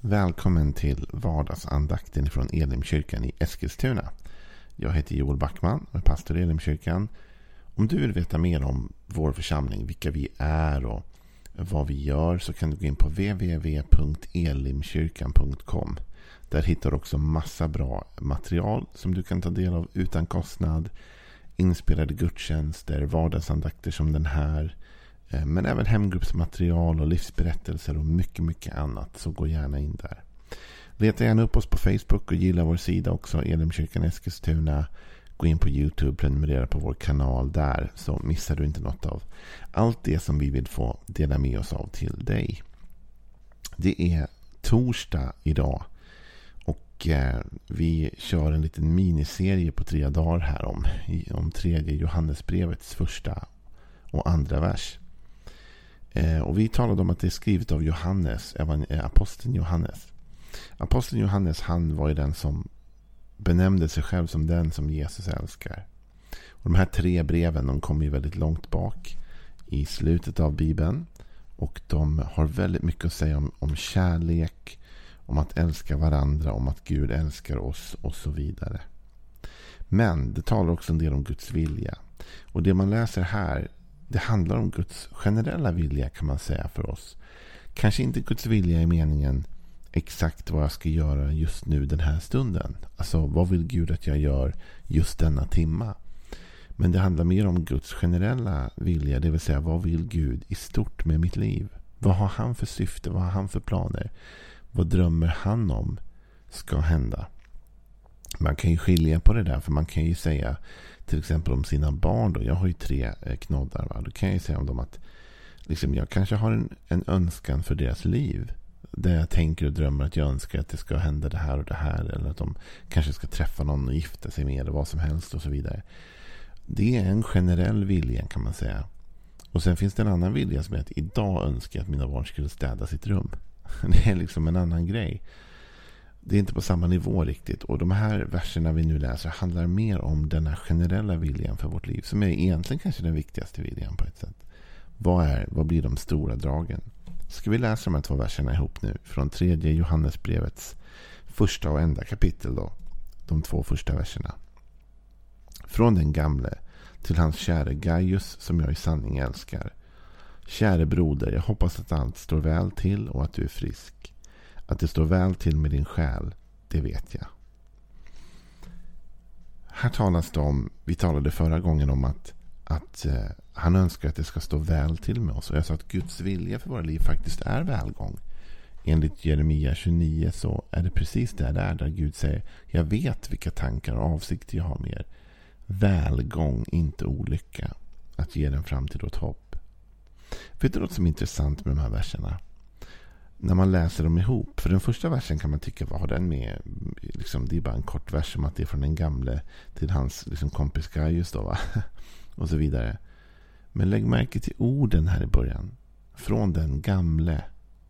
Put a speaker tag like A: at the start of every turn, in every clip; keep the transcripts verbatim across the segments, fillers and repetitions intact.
A: Välkommen till vardagsandakten från Elimkyrkan i Eskilstuna. Jag heter Joel Backman och är pastor i Elimkyrkan. Om du vill veta mer om vår församling, vilka vi är och vad vi gör, så kan du gå in på w w w punkt elimkyrkan punkt com. Där hittar du också massa bra material som du kan ta del av utan kostnad. Inspelade gudstjänster, vardagsandakter som den här. Men även hemgruppsmaterial och livsberättelser och mycket, mycket annat. Så gå gärna in där. Leta gärna upp oss på Facebook och gilla vår sida också, Elimkyrkan Eskilstuna. Gå in på YouTube, prenumerera på vår kanal där, så missar du inte något av allt det som vi vill få dela med oss av till dig. Det är torsdag idag och eh, vi kör en liten miniserie på tre dagar här om, om tredje Johannesbrevets första och andra vers. Eh, och vi talade om att det är skrivet av Johannes, även eh, aposteln Johannes. Aposteln Johannes, han var ju den som benämnde sig själv som den som Jesus älskar. Och de här tre breven, de kommer ju väldigt långt bak i slutet av Bibeln. Och de har väldigt mycket att säga om, om kärlek, om att älska varandra, om att Gud älskar oss och så vidare. Men det talar också en del om Guds vilja. Och det man läser här, det handlar om Guds generella vilja, kan man säga, för oss. Kanske inte Guds vilja i meningen exakt vad jag ska göra just nu den här stunden. Alltså, vad vill Gud att jag gör just denna timma? Men det handlar mer om Guds generella vilja, det vill säga vad vill Gud i stort med mitt liv? Vad har han för syfte? Vad har han för planer? Vad drömmer han om ska hända? Man kan ju skilja på det där, för man kan ju säga till exempel om sina barn då. Jag har ju tre knoddar, va? Då kan jag ju säga om dem att liksom, jag kanske har en, en önskan för deras liv. Där jag tänker och drömmer att jag önskar att det ska hända det här och det här. Eller att de kanske ska träffa någon och gifta sig med eller vad som helst och så vidare. Det är en generell vilja, kan man säga. Och sen finns det en annan vilja som är att idag önskar jag att mina barn skulle städa sitt rum. Det är liksom en annan grej. Det är inte på samma nivå riktigt. Och de här verserna vi nu läser handlar mer om den här generella viljan för vårt liv. Som är egentligen kanske den viktigaste viljan på ett sätt. Vad, är, vad blir de stora dragen? Ska vi läsa de här två verserna ihop nu? Från tredje Johannesbrevets första och enda kapitel då. De två första verserna. Från den gamle till hans käre Gaius, som jag i sanning älskar. Käre broder, jag hoppas att allt står väl till och att du är frisk. Att det står väl till med din själ, det vet jag. Här talas det om, vi talade förra gången om att, att eh, han önskar att det ska stå väl till med oss. Och jag sa att Guds vilja för våra liv faktiskt är välgång. Enligt Jeremia tjugonio så är det precis där det är, där Gud säger: jag vet vilka tankar och avsikter jag har med er. Välgång, inte olycka. Att ge den framtid och ett hopp. Vet du något som är intressant med de här verserna? När man läser dem ihop. För den första versen kan man tycka, vad har den med? Liksom, det är bara en kort vers om att det är från den gamle till hans liksom, kompis Gaius då, va? Och så vidare. Men lägg märke till orden här i början. Från den gamle.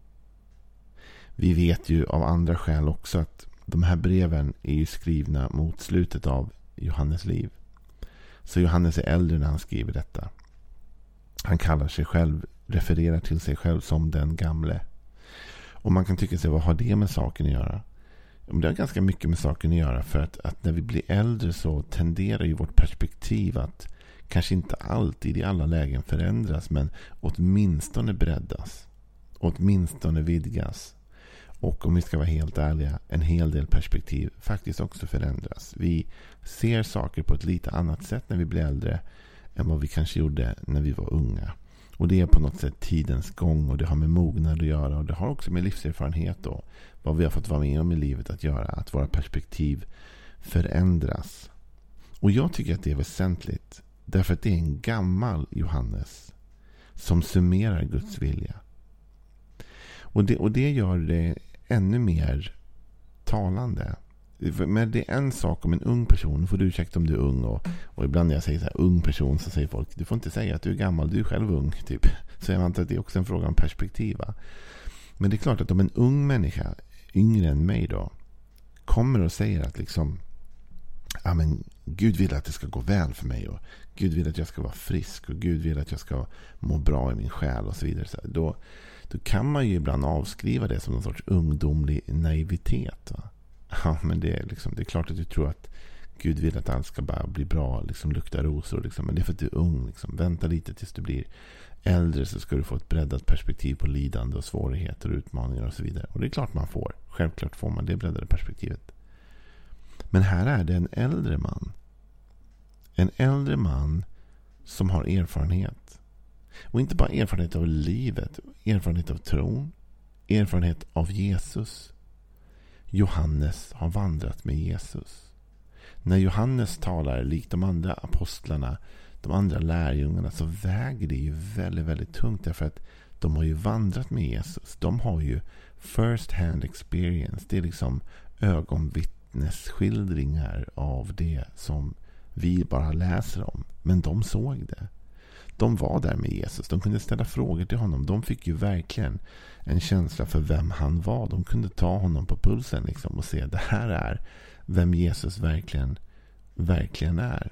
A: Vi vet ju av andra skäl också att de här breven är ju skrivna mot slutet av Johannes liv. Så Johannes är äldre när han skriver detta. Han kallar sig själv, refererar till sig själv som den gamle. Och man kan tycka sig, vad har det med saken att göra? Det har ganska mycket med saken att göra, för att, att när vi blir äldre så tenderar ju vårt perspektiv att kanske inte alltid i alla lägen förändras, men åtminstone breddas. Åtminstone vidgas. Och om vi ska vara helt ärliga, en hel del perspektiv faktiskt också förändras. Vi ser saker på ett lite annat sätt när vi blir äldre än vad vi kanske gjorde när vi var unga. Och det är på något sätt tidens gång, och det har med mognad att göra, och det har också med livserfarenhet och vad vi har fått vara med om i livet att göra, att våra perspektiv förändras. Och jag tycker att det är väsentligt, därför att det är en gammal Johannes som summerar Guds vilja. Och det, och det gör det ännu mer talande. Men det är en sak om en ung person. Nu får du ursäkta om du är ung. Och, och ibland när jag säger så här, ung person, så säger folk: du får inte säga att du är gammal, du är själv ung. Typ. Så jag antar att det är också en fråga om perspektiv. Va? Men det är klart att om en ung människa, yngre än mig då, kommer och säger att liksom, ja, men Gud vill att det ska gå väl för mig, och Gud vill att jag ska vara frisk, och Gud vill att jag ska må bra i min själ och så vidare. Så då, då kan man ju ibland avskriva det som någon sorts ungdomlig naivitet. Va? Ja, men det är, liksom, det är klart att du tror att Gud vill att allt ska bara bli bra, liksom lukta rosor. Liksom. Men det är för att du är ung. Liksom. Vänta lite tills du blir äldre så ska du få ett breddat perspektiv på lidande och svårigheter och utmaningar och så vidare. Och det är klart man får. Självklart får man det breddade perspektivet. Men här är det en äldre man. En äldre man som har erfarenhet. Och inte bara erfarenhet av livet. Erfarenhet av tron. Erfarenhet av Jesus. Johannes har vandrat med Jesus. När Johannes talar likt de andra apostlarna, de andra lärjungarna, så väger det ju väldigt, väldigt tungt. Därför att de har ju vandrat med Jesus. De har ju first hand experience. Det är liksom ögonvittnesskildringar av det som vi bara läser om. Men de såg det. De var där med Jesus. De kunde ställa frågor till honom. De fick ju verkligen en känsla för vem han var. De kunde ta honom på pulsen liksom och se, det här är vem Jesus verkligen, verkligen är.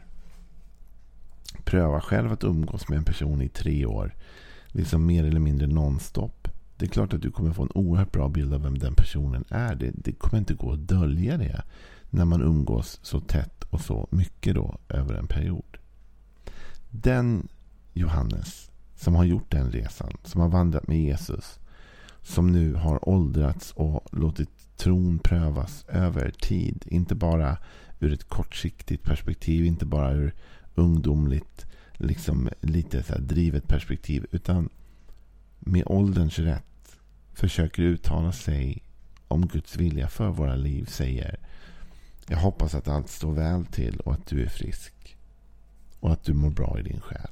A: Pröva själv att umgås med en person i tre år. Liksom mer eller mindre nonstop. Det är klart att du kommer få en oerhört bra bild av vem den personen är. Det, det kommer inte gå att dölja det när man umgås så tätt och så mycket då över en period. Den Johannes som har gjort den resan, som har vandrat med Jesus, som nu har åldrats och låtit tron prövas över tid, inte bara ur ett kortsiktigt perspektiv, inte bara ur ungdomligt liksom lite så här drivet perspektiv, utan med ålderns rätt försöker uttala sig om Guds vilja för våra liv, säger: jag hoppas att allt står väl till och att du är frisk och att du mår bra i din själ.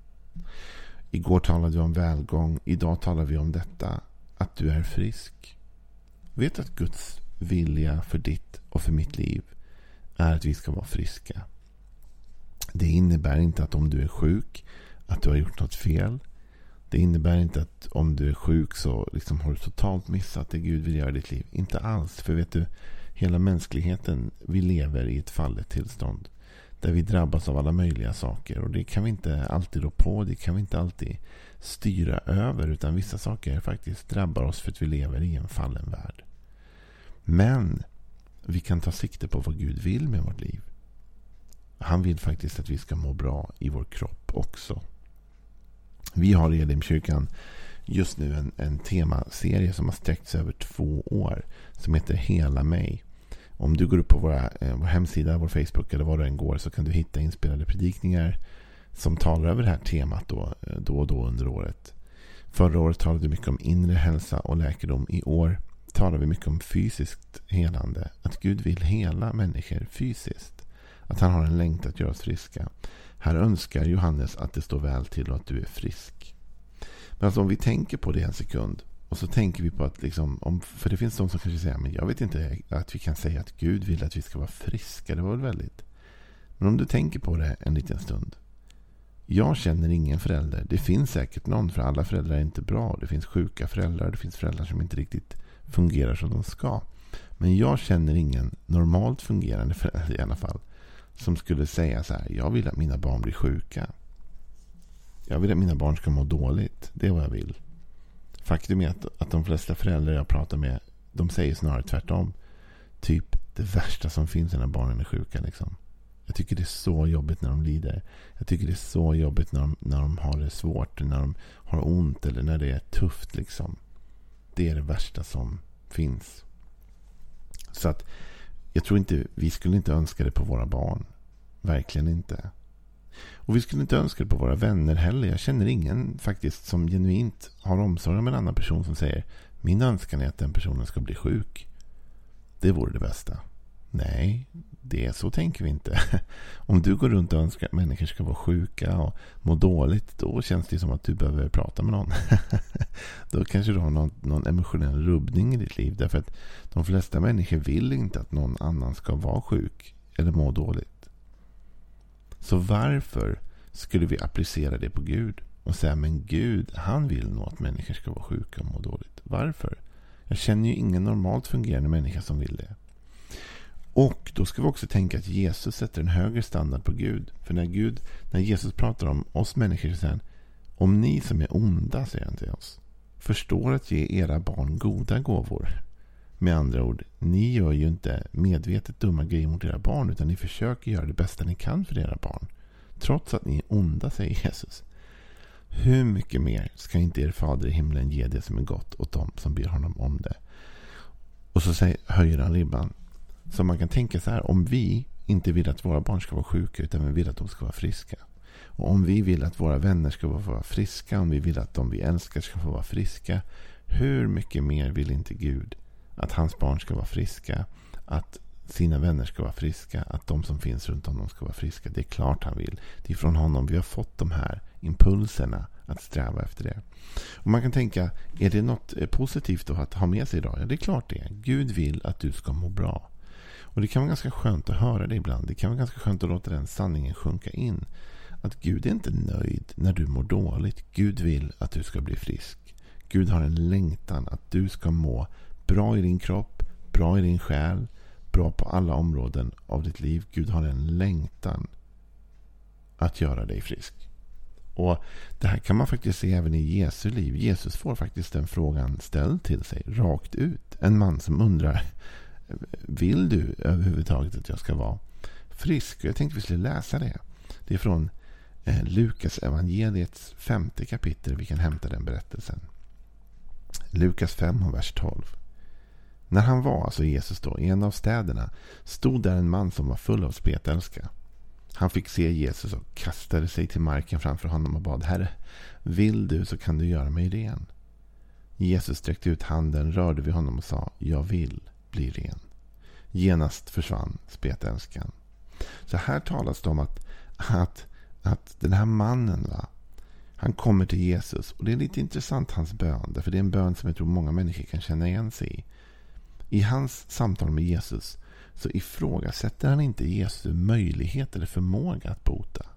A: Igår talade vi om välgång, idag talar vi om detta, att du är frisk. Vet att Guds vilja för ditt och för mitt liv är att vi ska vara friska. Det innebär inte att om du är sjuk att du har gjort något fel. Det innebär inte att om du är sjuk så liksom har du totalt missat det Gud vill göra i ditt liv. Inte alls, för vet du, hela mänskligheten, vi lever i ett fallet tillstånd där vi drabbas av alla möjliga saker, och det kan vi inte alltid rå på, det kan vi inte alltid styra över, utan vissa saker faktiskt drabbar oss för att vi lever i en fallen värld. Men vi kan ta sikte på vad Gud vill med vårt liv. Han vill faktiskt att vi ska må bra i vår kropp också. Vi har i Elimkyrkan just nu en, en temaserie som har sträckt sig över två år som heter Hela mig. Om du går upp på våra, eh, vår hemsida, vår Facebook eller var du än går, så kan du hitta inspelade predikningar som talar över det här temat då, då och då under året. Förra året talade vi mycket om inre hälsa och läkedom. I år talar vi mycket om fysiskt helande. Att Gud vill hela människor fysiskt. Att han har en längtan att göra oss friska. Här önskar Johannes att det står väl till och att du är frisk. Men alltså om vi tänker på det en sekund, och så tänker vi på att liksom, om, för det finns de som kanske säger, men jag vet inte att vi kan säga att Gud vill att vi ska vara friska. Det var väl väldigt. Men om du tänker på det en liten stund. Jag känner ingen förälder. Det finns säkert någon, för alla föräldrar är inte bra. Det finns sjuka föräldrar, det finns föräldrar som inte riktigt fungerar som de ska. Men jag känner ingen normalt fungerande förälder i alla fall som skulle säga så här: jag vill att mina barn blir sjuka. Jag vill att mina barn ska må dåligt. Det är vad jag vill. Faktum är att, att de flesta föräldrar jag pratar med, de säger snarare tvärtom. Typ det värsta som finns när barnen är sjuka liksom. Jag tycker det är så jobbigt när de lider. Jag tycker det är så jobbigt när de, när de har det svårt, när de har ont eller när det är tufft liksom. Det är det värsta som finns. Så att jag tror inte, vi skulle inte önska det på våra barn. Verkligen inte. Och vi skulle inte önska det på våra vänner heller. Jag känner ingen faktiskt som genuint har omsorg om en annan person som säger: min önskan är att den personen ska bli sjuk. Det vore det bästa. Nej, det är så tänker vi inte. Om du går runt och önskar att människor ska vara sjuka och må dåligt, då känns det som att du behöver prata med någon. Då kanske du har någon, någon emotionell rubbning i ditt liv. Därför att de flesta människor vill inte att någon annan ska vara sjuk eller må dåligt. Så varför skulle vi applicera det på Gud och säga: men Gud, han vill nog att människor ska vara sjuka och må dåligt. Varför? Jag känner ju ingen normalt fungerande människa som vill det. Och då ska vi också tänka att Jesus sätter en högre standard på Gud. För när Gud, när Jesus pratar om oss människor så säger han: om ni som är onda, säger han till oss, förstår att ge era barn goda gåvor. Med andra ord, ni gör ju inte medvetet dumma grejer mot era barn, utan ni försöker göra det bästa ni kan för era barn. Trots att ni är onda, säger Jesus. Hur mycket mer ska inte er fader i himlen ge det som är gott åt dem som ber honom om det? Och så säger, höjer han ribban. Så man kan tänka så här, om vi inte vill att våra barn ska vara sjuka, utan vi vill att de ska vara friska. Och om vi vill att våra vänner ska vara friska, om vi vill att de vi älskar ska få vara friska, hur mycket mer vill inte Gud att hans barn ska vara friska, att sina vänner ska vara friska, att de som finns runt om dem ska vara friska? Det är klart han vill. Det är från honom vi har fått de här impulserna att sträva efter det. Och man kan tänka, är det något positivt att ha med sig idag? Ja, det är klart det. Gud vill att du ska må bra. Och det kan vara ganska skönt att höra det ibland. Det kan vara ganska skönt att låta den sanningen sjunka in. Att Gud är inte nöjd när du mår dåligt. Gud vill att du ska bli frisk. Gud har en längtan att du ska må bra i din kropp, bra i din själ, bra på alla områden av ditt liv. Gud har en längtan att göra dig frisk. Och det här kan man faktiskt se även i Jesu liv. Jesus får faktiskt den frågan ställd till sig rakt ut. En man som undrar, vill du överhuvudtaget att jag ska vara frisk? Jag tänkte vi skulle läsa det. Det är från eh, Lukas evangeliets femte kapitel. Vi kan hämta den berättelsen. Lukas fem och vers tolv. När han var, alltså Jesus då, i en av städerna, stod där en man som var full av spetälska. Han fick se Jesus och kastade sig till marken framför honom och bad, Herre, vill du så kan du göra mig ren. Jesus sträckte ut handen, rörde vid honom och sa, jag vill bli ren. Genast försvann spetälskan. Så här talas det om att, att, att den här mannen, va, han kommer till Jesus. Och det är lite intressant hans bön, därför det är en bön som jag tror många människor kan känna igen sig i. I hans samtal med Jesus så ifrågasätter han inte Jesu möjlighet eller förmåga att bota.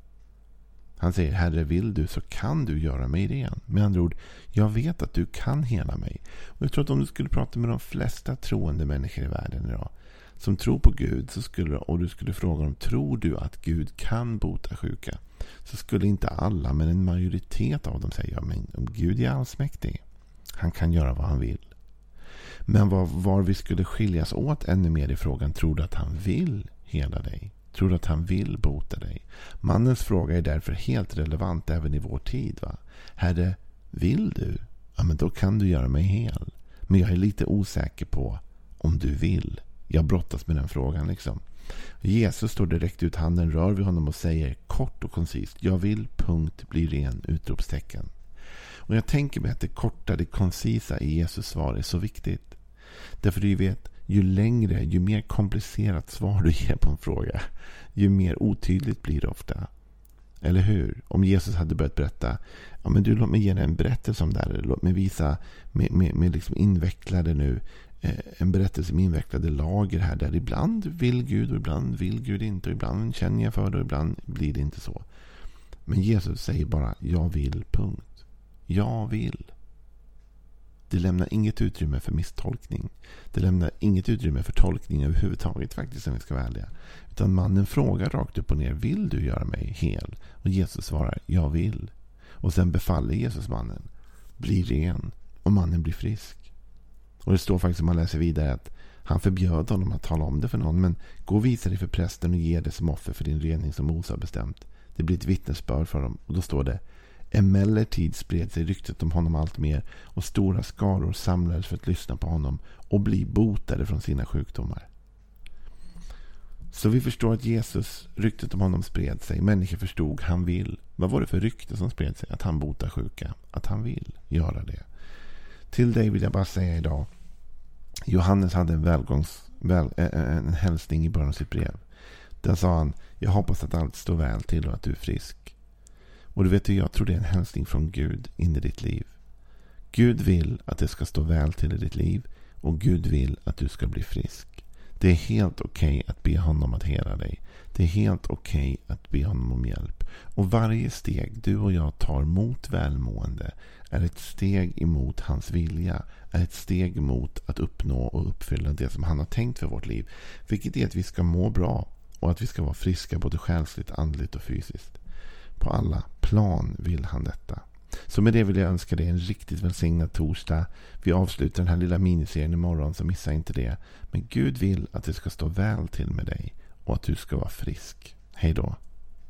A: Han säger, Herre, vill du så kan du göra mig ren. Med andra ord, jag vet att du kan hela mig. Och jag tror att om du skulle prata med de flesta troende människor i världen idag som tror på Gud, så skulle, och du skulle fråga dem, tror du att Gud kan bota sjuka? Så skulle inte alla, men en majoritet av dem säga, men om Gud är allsmäktig, han kan göra vad han vill. Men var, var vi skulle skiljas åt ännu mer i frågan, tror du att han vill hela dig? Tror du att han vill bota dig? Mannens fråga är därför helt relevant även i vår tid, va? Herre, vill du? Ja, men då kan du göra mig hel. Men jag är lite osäker på om du vill. Jag brottas med den frågan liksom. Jesus står direkt ut handen, rör vid honom och säger kort och koncist, jag vill, punkt, bli ren, utropstecken. Och jag tänker mig att det korta, det koncisa i Jesus svar är så viktigt. Därför du vet, ju längre, ju mer komplicerat svar du ger på en fråga, ju mer otydligt blir det ofta. Eller hur? Om Jesus hade börjat berätta, ja men du, låt mig ge dig en berättelse om det här. Låt mig visa med, med, med liksom invecklade nu, eh, en berättelse med invecklade lager här, där ibland vill Gud och ibland vill Gud inte, och ibland känner jag för det och ibland blir det inte så. Men Jesus säger bara, jag vill, punkt. Jag vill. Det lämnar inget utrymme för misstolkning. Det lämnar inget utrymme för tolkning överhuvudtaget faktiskt, om vi ska vara ärliga. Utan mannen frågar rakt upp och ner, vill du göra mig hel? Och Jesus svarar, jag vill. Och sen befaller Jesus mannen, bli ren. Och mannen blir frisk. Och det står faktiskt, om man läser vidare, att han förbjöd honom att tala om det för någon. Men gå och visa det för prästen och ge det som offer för din rening som Mose har bestämt. Det blir ett vittnesbörd för dem. Och då står det, emellertid spred sig ryktet om honom allt mer, och stora skaror samlades för att lyssna på honom och bli botade från sina sjukdomar. Så vi förstår att Jesus, ryktet om honom spred sig. Människor förstod, han vill. Vad var det för rykte som spred sig? Att han botar sjuka. Att han vill göra det. Till dig vill jag bara säga idag, Johannes hade en, välgångs, väl, en hälsning i början av sitt brev. Där sa han, jag hoppas att allt står väl till och att du är frisk. Och du vet, jag tror det är en hälsning från Gud in i ditt liv. Gud vill att det ska stå väl till i ditt liv, och Gud vill att du ska bli frisk. Det är helt okej okay att be honom att hela dig. Det är helt okej okay att be honom om hjälp. Och varje steg du och jag tar mot välmående är ett steg emot hans vilja. Är ett steg mot att uppnå och uppfylla det som han har tänkt för vårt liv. Vilket är att vi ska må bra och att vi ska vara friska både själsligt, andligt och fysiskt. På alla plan vill han detta. Så med det vill jag önska dig en riktigt välsignad torsdag. Vi avslutar den här lilla miniserien imorgon, så missa inte det. Men Gud vill att det ska stå väl till med dig och att du ska vara frisk. Hej då!